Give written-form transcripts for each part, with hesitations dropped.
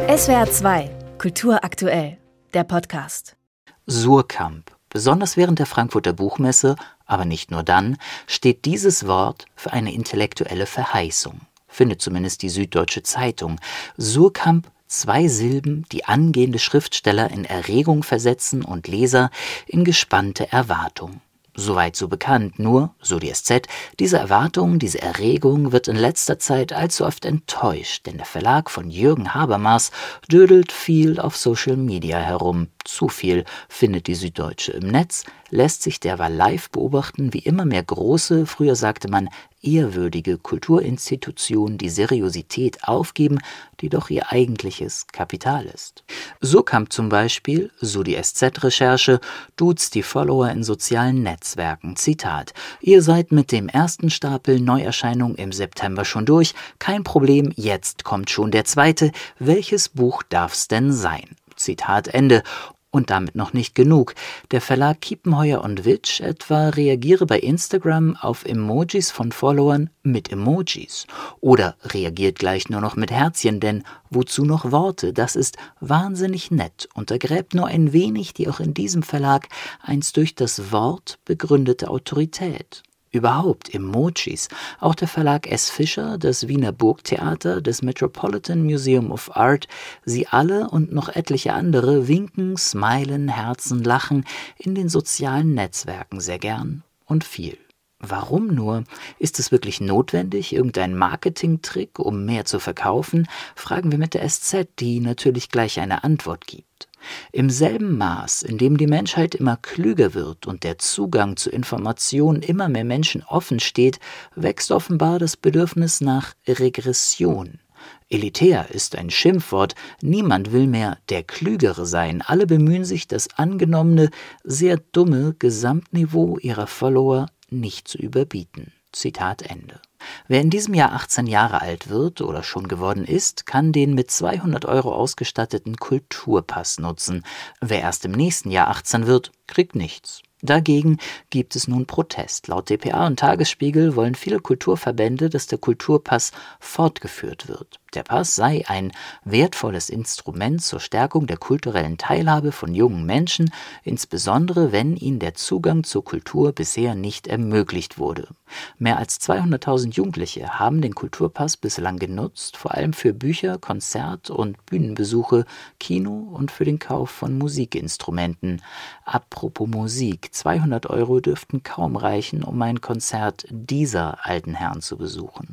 SWR 2, Kultur aktuell, der Podcast. Suhrkamp. Besonders während der Frankfurter Buchmesse, aber nicht nur dann, steht dieses Wort für eine intellektuelle Verheißung. Findet zumindest die Süddeutsche Zeitung. Suhrkamp, 2 Silben, die angehende Schriftsteller in Erregung versetzen und Leser in gespannte Erwartung. Soweit so bekannt, nur, so die SZ, diese Erwartung, diese Erregung wird in letzter Zeit allzu oft enttäuscht, denn der Verlag von Jürgen Habermas dödelt viel auf Social Media herum. Zu viel, findet die Süddeutsche. Im Netz lässt sich derweil live beobachten, wie immer mehr große, früher sagte man ehrwürdige Kulturinstitutionen die Seriosität aufgeben, die doch ihr eigentliches Kapital ist. Suhrkamp zum Beispiel, so die SZ-Recherche, duzt die Follower in sozialen Netzwerken. Zitat: Ihr seid mit dem ersten Stapel Neuerscheinung im September schon durch. Kein Problem, jetzt kommt schon der zweite. Welches Buch darf's denn sein? Zitat Ende. Und damit noch nicht genug. Der Verlag Kiepenheuer & Witsch etwa reagiere bei Instagram auf Emojis von Followern mit Emojis. Oder reagiert gleich nur noch mit Herzchen, denn wozu noch Worte? Das ist wahnsinnig nett, untergräbt nur ein wenig die auch in diesem Verlag einst durch das Wort begründete Autorität. Überhaupt Emojis. Auch der Verlag S. Fischer, das Wiener Burgtheater, das Metropolitan Museum of Art, sie alle und noch etliche andere winken, smilen, Herzen, lachen in den sozialen Netzwerken sehr gern und viel. Warum nur? Ist es wirklich notwendig, irgendein Marketingtrick, um mehr zu verkaufen? Fragen wir mit der SZ, die natürlich gleich eine Antwort gibt. Im selben Maß, in dem die Menschheit immer klüger wird und der Zugang zu Informationen immer mehr Menschen offen steht, wächst offenbar das Bedürfnis nach Regression. Elitär ist ein Schimpfwort, niemand will mehr der Klügere sein, alle bemühen sich, das angenommene, sehr dumme Gesamtniveau ihrer Follower nicht zu überbieten. Zitat Ende. Wer in diesem Jahr 18 Jahre alt wird oder schon geworden ist, kann den mit 200 € ausgestatteten Kulturpass nutzen. Wer erst im nächsten Jahr 18 wird, kriegt nichts. Dagegen gibt es nun Protest. Laut dpa und Tagesspiegel wollen viele Kulturverbände, dass der Kulturpass fortgeführt wird. Der Pass sei ein wertvolles Instrument zur Stärkung der kulturellen Teilhabe von jungen Menschen, insbesondere wenn ihnen der Zugang zur Kultur bisher nicht ermöglicht wurde. Mehr als 200.000 Jugendliche haben den Kulturpass bislang genutzt, vor allem für Bücher, Konzert- und Bühnenbesuche, Kino und für den Kauf von Musikinstrumenten. Apropos Musik, 200 € dürften kaum reichen, um ein Konzert dieser alten Herren zu besuchen.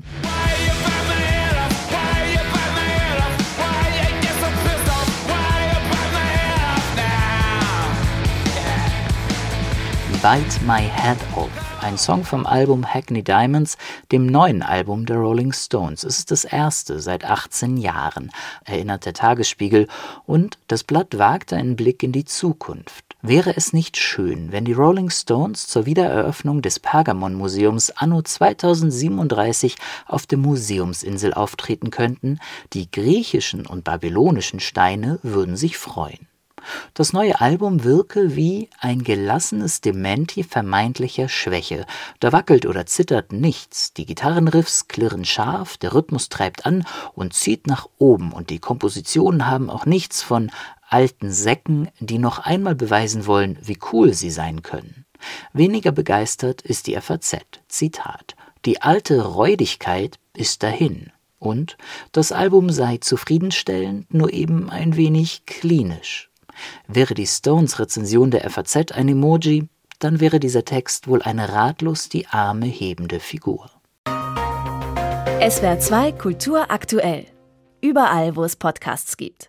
Bite My Head Off, ein Song vom Album Hackney Diamonds, dem neuen Album der Rolling Stones. Es ist das erste seit 18 Jahren, erinnert der Tagesspiegel, und das Blatt wagt einen Blick in die Zukunft. Wäre es nicht schön, wenn die Rolling Stones zur Wiedereröffnung des Pergamon-Museums anno 2037 auf der Museumsinsel auftreten könnten? Die griechischen und babylonischen Steine würden sich freuen. Das neue Album wirke wie ein gelassenes Dementi vermeintlicher Schwäche. Da wackelt oder zittert nichts. Die Gitarrenriffs klirren scharf, der Rhythmus treibt an und zieht nach oben. Und die Kompositionen haben auch nichts von alten Säcken, die noch einmal beweisen wollen, wie cool sie sein können. Weniger begeistert ist die FAZ. Zitat: Die alte Räudigkeit ist dahin. Und das Album sei zufriedenstellend, nur eben ein wenig klinisch. Wäre die Stones-Rezension der FAZ ein Emoji, dann wäre dieser Text wohl eine ratlos die Arme hebende Figur. SWR 2 Kultur aktuell. Überall, wo es Podcasts gibt.